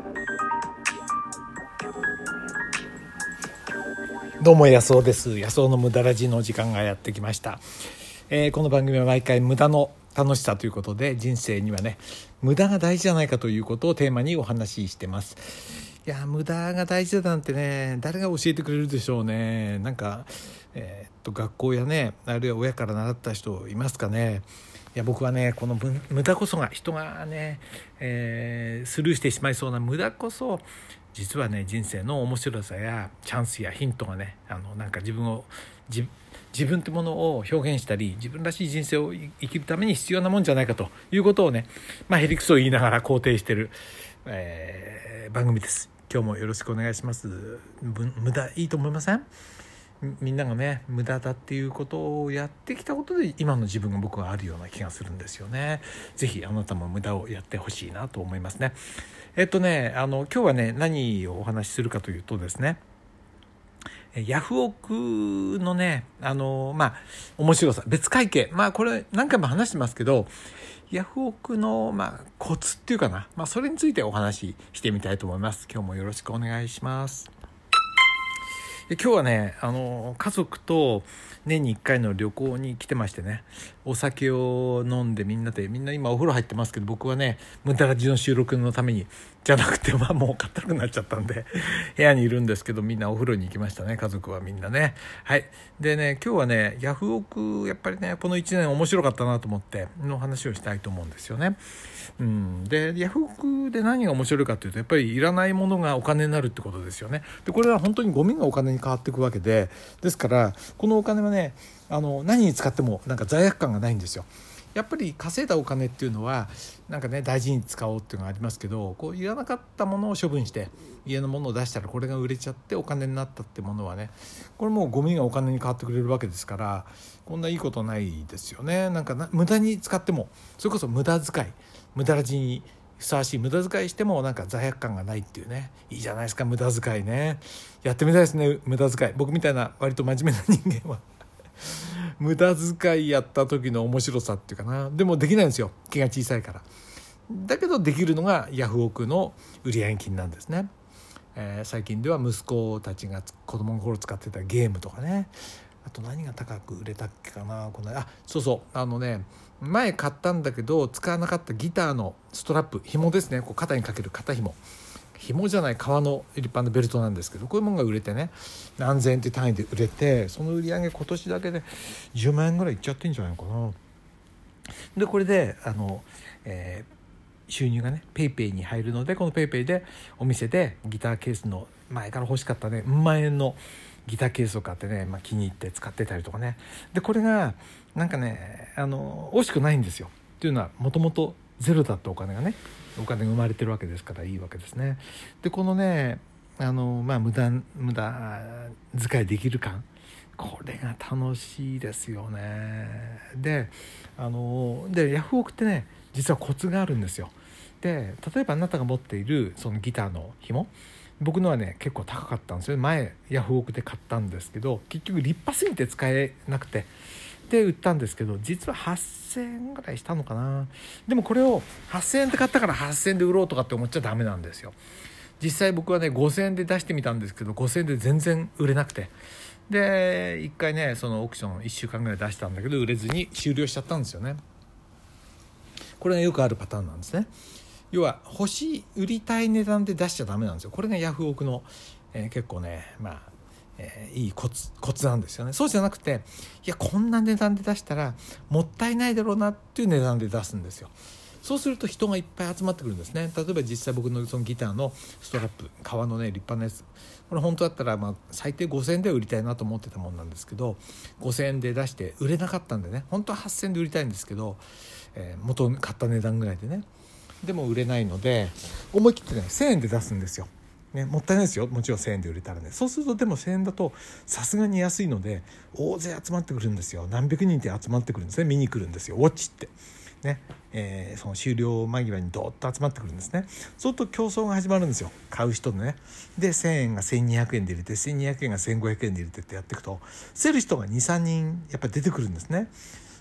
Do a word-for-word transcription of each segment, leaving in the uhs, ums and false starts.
どうも安尾です。安尾の無駄ラジの時間がやってきました、えー、この番組は毎回無駄の楽しさということで、人生にはね無駄が大事じゃないかということをテーマにお話ししてます。いや無駄が大事だなんてね、誰が教えてくれるでしょうね。なんか、えー、っと学校やね、あるいは親から習った人いますかね。いや僕はね、この無駄こそが、人がね、えー、スルーしてしまいそうな無駄こそ実はね、人生の面白さやチャンスやヒントがね、あのなんか自分を自自分ってものを表現したり、自分らしい人生を生きるために必要なもんじゃないかということをね、まあへりくそを言いながら肯定している、えー、番組です。今日もよろしくお願いします。無駄いいと思いません？みんながね無駄だっていうことをやってきたことで今の自分が僕はあるような気がするんですよね。ぜひあなたも無駄をやってほしいなと思いますね。えっとねあの今日はね何をお話しするかというとですね、ヤフオクのねあのまあ面白さ、別会計、まあこれ何回も話してますけど、ヤフオクのまあコツっていうかな、まあそれについてお話ししてみたいと思います。今日もよろしくお願いします。で今日はねあの家族と年にいっかいの旅行に来てましてね、お酒を飲んでみんなでみんな今お風呂入ってますけど、僕はね無駄ラジの収録のためにじゃなくて、まあもう硬くなっちゃったんで部屋にいるんですけど、みんなお風呂に行きましたね、家族はみんなね。はいでね今日はねヤフオクやっぱりねこのいちねん面白かったなと思っての話をしたいと思うんですよね。うん、でヤフオクで何が面白いかというと、やっぱりいらないものがお金になるってことですよね。でこれは本当にゴミがお金に変わっていくわけで、ですからこのお金はねあの何に使ってもなんか罪悪感がないんですよ。やっぱり稼いだお金っていうのはなんかね大事に使おうっていうのがありますけど、こういらなかったものを処分して家のものを出したらこれが売れちゃってお金になったってものはね、これもうゴミがお金に変わってくれるわけですから、こんないいことないですよね。なんかな無駄に使っても、それこそ無駄遣い、無駄ラジにふさわしい無駄遣いしてもなんか罪悪感がないっていうね、いいじゃないですか無駄遣いね。やってみたいですね無駄遣い。僕みたいな割と真面目な人間は無駄遣いやった時の面白さっていうかな、でもできないんですよ、気が小さいから。だけどできるのがヤフオクの売上金なんですね。えー、最近では息子たちが子供の頃使ってたゲームとかね、あと何が高く売れたっけかな、このあそうそうあのね前買ったんだけど使わなかったギターのストラップ、紐ですね、こう肩にかける肩紐、紐じゃない革の立派なベルトなんですけど、こういうものが売れてね、何千円って単位で売れて、その売り上げ今年だけでじゅうまんえんぐらいいっちゃってんじゃないかな。でこれであの、えー、収入がねペイペイに入るので、このペイペイでお店でギターケースの前から欲しかったねうん万円のギターケースを買ってね、まあ、気に入って使ってたりとかね。でこれがなんかねあの惜しくないんですよ。っていうのはもともとゼロだったお金がね、お金が生まれてるわけですからいいわけですね。でこのねあの、まあ、無駄無駄遣いできる感、これが楽しいですよね。であのでヤフオクってね実はコツがあるんですよ。で例えばあなたが持っているそのギターの紐、僕のはね結構高かったんですよ。前ヤフオクで買ったんですけど、結局立派すぎて使えなくてで売ったんですけど、実ははっせんえんぐらいしたのかな。でもこれをはっせんえんで買ったからはっせんえんで売ろうとかって思っちゃダメなんですよ。実際僕はねごせんえんで出してみたんですけど、ごせんえんで全然売れなくて、で一回ねそのオークションいっしゅうかんぐらい出したんだけど売れずに終了しちゃったんですよね。これがよくあるパターンなんですね。要は欲しい売りたい値段で出しちゃダメなんですよ。これがヤフオクの、えー、結構ねまあ、えー、いいコツコツなんですよね。そうじゃなくて、いやこんな値段で出したらもったいないだろうなっていう値段で出すんですよ。そうすると人がいっぱい集まってくるんですね。例えば実際僕のそのギターのストラップ、革のね立派なやつ、これ本当だったらまあ最低ごせんえんで売りたいなと思ってたもんなんですけど、ごせんえんで出して売れなかったんでね、本当ははっせんえんで売りたいんですけど、えー、元買った値段ぐらいでね、でも売れないので思い切ってねせんえんで出すんですよ、ね、もったいないですよ、もちろんせんえんで売れたらね。そうするとでもせんえんだとさすがに安いので大勢集まってくるんですよ。何百人って集まってくるんですね。見に来るんですよ、ウォッチってね、えー、その終了間際にドーッと集まってくるんですね。そうすると競争が始まるんですよ、買う人のね。でせんえんがせんにひゃくえんで入れて、せんにひゃくえんがせんごひゃくえんで入れてってやっていくと、競る人が にさんにんやっぱり出てくるんですね。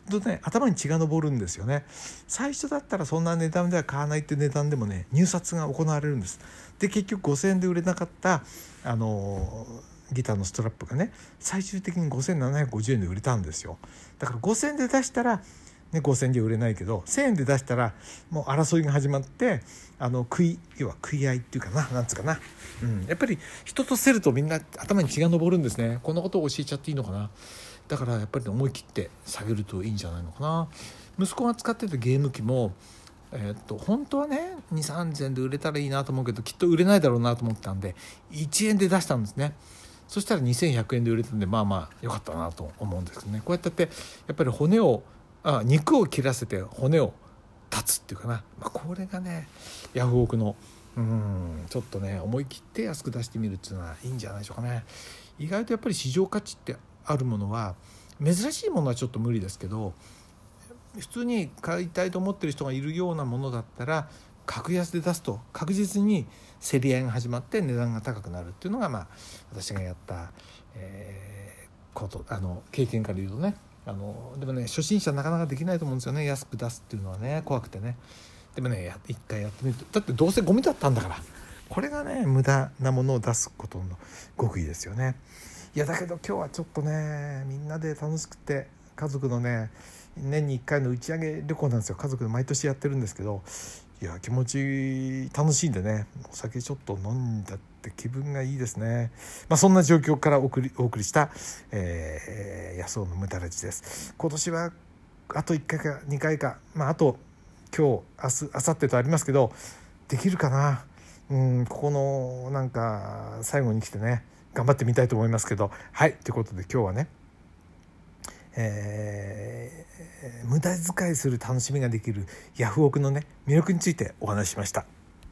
とね頭に血が上るんですよね。最初だったらそんな値段では買わないって値段でもね入札が行われるんです。で結局ごせんえんで売れなかったあのギターのストラップがね最終的にごせんななひゃくごじゅうえんで売れたんですよ。だからごせんえんで出したら、ね、ごせんえんで売れないけどせんえんで出したらもう争いが始まってあの食い要は食い合いっていうかななんつうかな、うん、やっぱり人と競るとみんな頭に血が上るんですね。こんなことを教えちゃっていいのかな。だからやっぱり思い切って下げるといいんじゃないのかな。息子が使ってたゲーム機も、えー、っと本当はねにせんさんぜんえんで売れたらいいなと思うけどきっと売れないだろうなと思ったんでいちえんで出したんですね。そしたらにせんひゃくえんで売れたんでまあまあ良かったなと思うんですけどね。こうやってやってやっぱり骨をあ肉を切らせて骨を立つっていうかな、まあ、これがねヤフオクのうんちょっとね思い切って安く出してみるっていうのはいいんじゃないでしょうかね。意外とやっぱり市場価値ってあるものは珍しいものはちょっと無理ですけど普通に買いたいと思ってる人がいるようなものだったら格安で出すと確実に競り合いが始まって値段が高くなるっていうのがまあ私がやった、えー、ことあの経験から言うとねあのでもね初心者なかなかできないと思うんですよね。安く出すっていうのはね怖くてね。でもね一回やってみるとだってどうせゴミだったんだからこれがね無駄なものを出すことの極意ですよね。いやだけど今日はちょっとねみんなで楽しくて家族のね年にいっかいの打ち上げ旅行なんですよ。家族で毎年やってるんですけどいや気持ち楽しいんでねお酒ちょっと飲んだって気分がいいですね。まあそんな状況からお送りお送りした、えー、安尾の無駄ラジです。今年はあといっかいかにかいかまああと今日明日明後日とありますけどできるかな。うんここのなんか最後に来てね頑張ってみたいと思いますけどはいということで今日はね、えー、無駄遣いする楽しみができるヤフオクのね魅力についてお話ししました。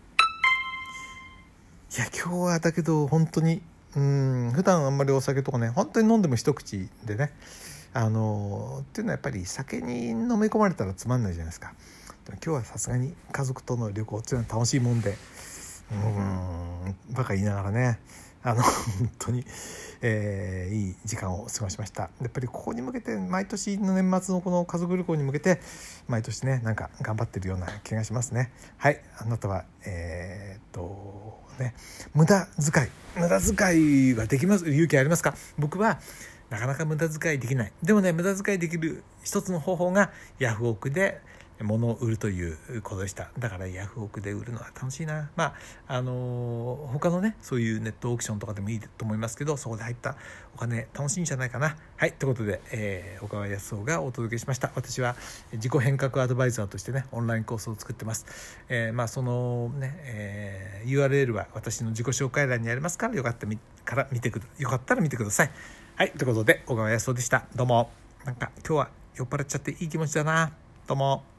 いや今日はだけど本当にうん普段あんまりお酒とかね本当に飲んでも一口でねあのっていうのはやっぱり酒に飲み込まれたらつまんないじゃないですか。今日はさすがに家族との旅行っていうのは楽しいもんでうーんバカ言いながらねあの本当に、えー、いい時間を過ごしました。やっぱりここに向けて毎年の年末のこの家族旅行に向けて毎年ねなんか頑張ってるような気がしますね。はいあなたはえー、っとね無駄遣い無駄遣いはできます勇気ありますか。僕はなかなか無駄遣いできない。でもね無駄遣いできる一つの方法がヤフオクで物を売るということでした。だからヤフオクで売るのは楽しいな。まああのー、他のねそういうネットオークションとかでもいいと思いますけどそこで入ったお金楽しいんじゃないかな。はいということで、えー、小川康夫がお届けしました。私は自己変革アドバイザーとしてねオンラインコースを作ってます。えー、まあそのね、えー、ユーアールエル は私の自己紹介欄にありますからよかったから見てくよかったら見てください。はいということで小川康夫でした。どうもなんか今日は酔っ払っちゃっていい気持ちだな。どうも。